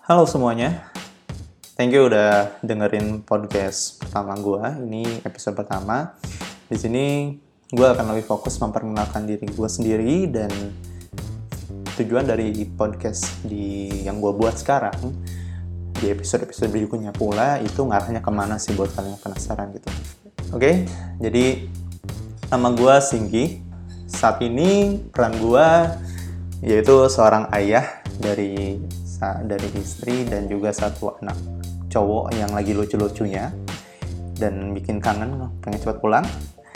Halo semuanya, thank you udah dengerin podcast pertama gue. Ini episode pertama. Di sini gue akan lebih fokus memperkenalkan diri gue sendiri dan tujuan dari podcast yang gue buat sekarang di episode-episode berikutnya pula itu ngarahnya kemana sih buat kalian yang penasaran gitu. Oke, jadi nama gue Singgi. Saat ini peran gue yaitu seorang ayah dari istri dan juga satu anak cowok yang lagi lucu-lucunya dan bikin kangen, pengen cepat pulang.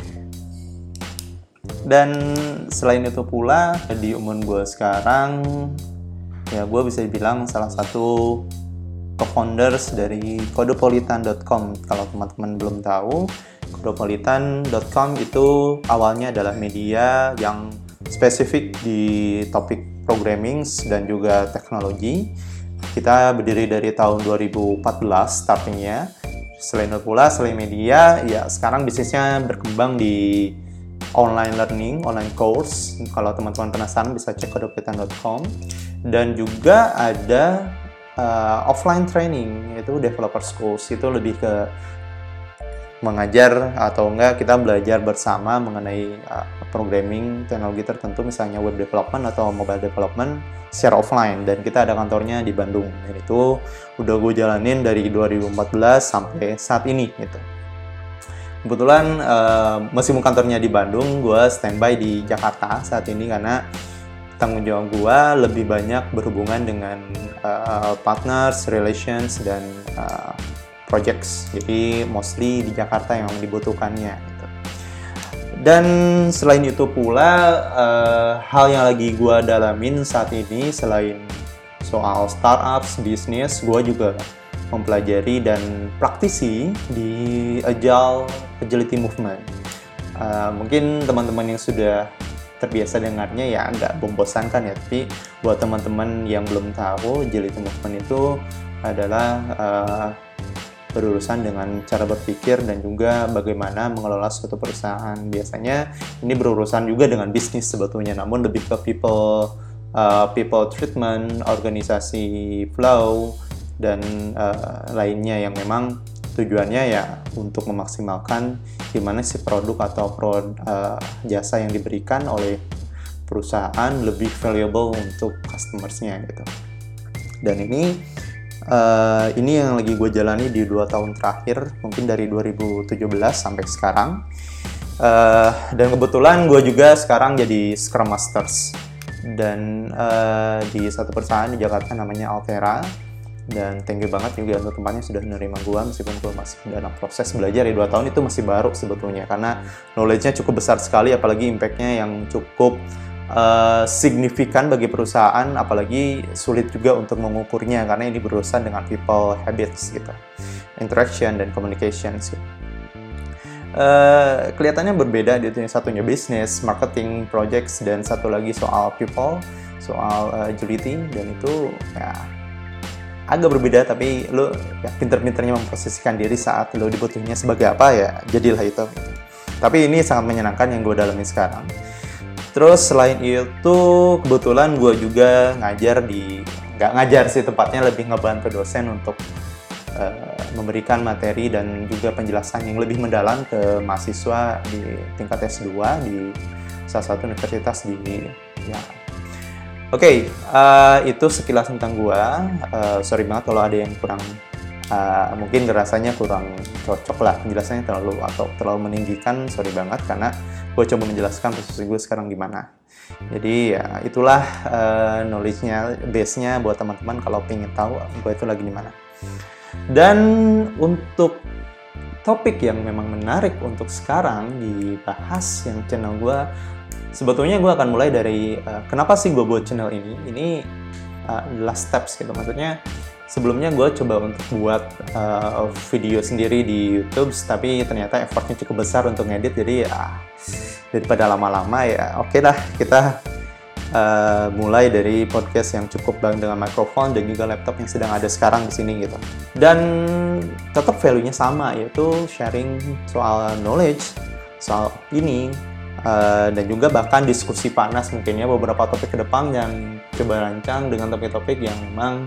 Dan selain itu pula di umur gue sekarang ya gue bisa dibilang salah satu co-founders dari Kodepolitan.com. Kalau teman-teman belum tahu, Kodepolitan.com itu awalnya adalah media yang spesifik di topik programming dan juga teknologi. Kita berdiri dari tahun 2014 startingnya. Selain itu pula, selain media, ya sekarang bisnisnya berkembang di online learning, online course. Kalau teman-teman penasaran bisa cek kodepolitan.com. Dan juga ada offline training, yaitu developer schools. Itu lebih ke mengajar atau enggak kita belajar bersama mengenai programming teknologi tertentu, misalnya web development atau mobile development secara offline, dan kita ada kantornya di Bandung. Dan itu udah gue jalanin dari 2014 sampai saat ini gitu. Kebetulan meskipun kantornya di Bandung, gue standby di Jakarta saat ini karena tanggung jawab gue lebih banyak berhubungan dengan partners, relations, dan projects, jadi mostly di Jakarta yang dibutuhkannya gitu. Dan selain itu pula hal yang lagi gue dalamin saat ini selain soal startups, bisnis, gue juga mempelajari dan praktisi di Agility Movement. Mungkin teman-teman yang sudah terbiasa dengarnya ya agak membosankan ya, tapi buat teman-teman yang belum tahu, Agility Movement itu adalah berurusan dengan cara berpikir dan juga bagaimana mengelola suatu perusahaan. Biasanya ini berurusan juga dengan bisnis sebetulnya, namun lebih ke people treatment, organisasi flow, dan lainnya yang memang tujuannya ya untuk memaksimalkan gimana si produk atau jasa yang diberikan oleh perusahaan lebih valuable untuk customers-nya gitu. Dan ini yang lagi gue jalani di 2 tahun terakhir, mungkin dari 2017 sampai sekarang. Dan kebetulan gue juga sekarang jadi Scrum Masters dan di satu perusahaan di Jakarta namanya Altera. Dan thank you banget juga untuk tempatnya sudah menerima gue, meskipun gue masih dalam proses belajar. Di 2 tahun itu masih baru sebetulnya, karena knowledge-nya cukup besar sekali, apalagi impact-nya yang cukup signifikan bagi perusahaan, apalagi sulit juga untuk mengukurnya karena ini berurusan dengan people habits gitu, interaction dan communication sih. Kelihatannya berbeda, itu yang satunya bisnis, marketing, projects, dan satu lagi soal people, soal agility, dan itu ya agak berbeda, tapi lo ya pinter-pinternya memposisikan diri saat lo dibutuhnya sebagai apa ya jadilah itu gitu. Tapi ini sangat menyenangkan yang gue dalami sekarang. Terus selain itu kebetulan gue juga nggak ngajar sih, tepatnya lebih ngebantu dosen untuk memberikan materi dan juga penjelasan yang lebih mendalam ke mahasiswa di tingkat S2 di salah satu universitas di ya. Oke, itu sekilas tentang gue. Sorry banget kalau ada yang kurang, mungkin rasanya kurang cocok lah penjelasannya, terlalu meninggikan, sorry banget, karena gue coba menjelaskan posisi gue sekarang gimana. Jadi ya itulah knowledge-nya, base-nya buat teman-teman kalau pengen tahu gue itu lagi di mana. Dan untuk topik yang memang menarik untuk sekarang dibahas yang channel gue, sebetulnya gue akan mulai dari kenapa sih gue buat channel ini. Ini last steps gitu, maksudnya sebelumnya gue coba untuk buat video sendiri di YouTube, tapi ternyata effortnya cukup besar untuk ngedit, jadi ya daripada lama-lama ya oke lah kita mulai dari podcast yang cukup dengan mikrofon dan juga laptop yang sedang ada sekarang di sini gitu. Dan tetap value-nya sama, yaitu sharing soal knowledge, soal opini, dan juga bahkan diskusi panas mungkin ya beberapa topik ke depan yang coba rancang dengan topik-topik yang memang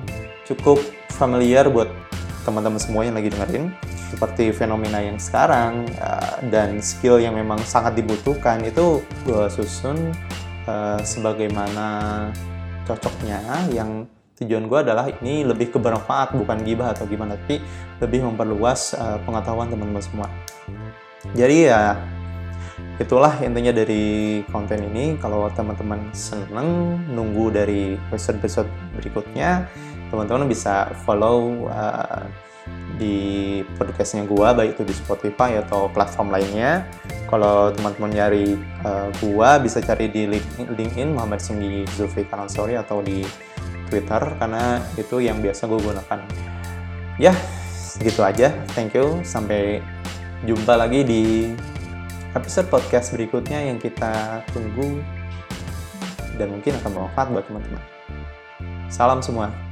cukup familiar buat teman-teman semua yang lagi dengerin, seperti fenomena yang sekarang dan skill yang memang sangat dibutuhkan itu gue susun sebagaimana cocoknya. Yang tujuan gue adalah ini lebih ke bermanfaat, bukan gibah atau gimana, tapi lebih memperluas pengetahuan teman-teman semua. Jadi ya itulah intinya dari konten ini. Kalau teman-teman seneng nunggu dari episode-episode berikutnya, teman-teman bisa follow di podcastnya gua, baik itu di Spotify atau platform lainnya. Kalau teman-teman nyari gua, bisa cari di LinkedIn Muhammad Singgi Zulfikar Ansori atau di Twitter, karena itu yang biasa gue gunakan. Ya, segitu aja. Thank you. Sampai jumpa lagi di episode podcast berikutnya yang kita tunggu dan mungkin akan bermanfaat buat teman-teman. Salam semua.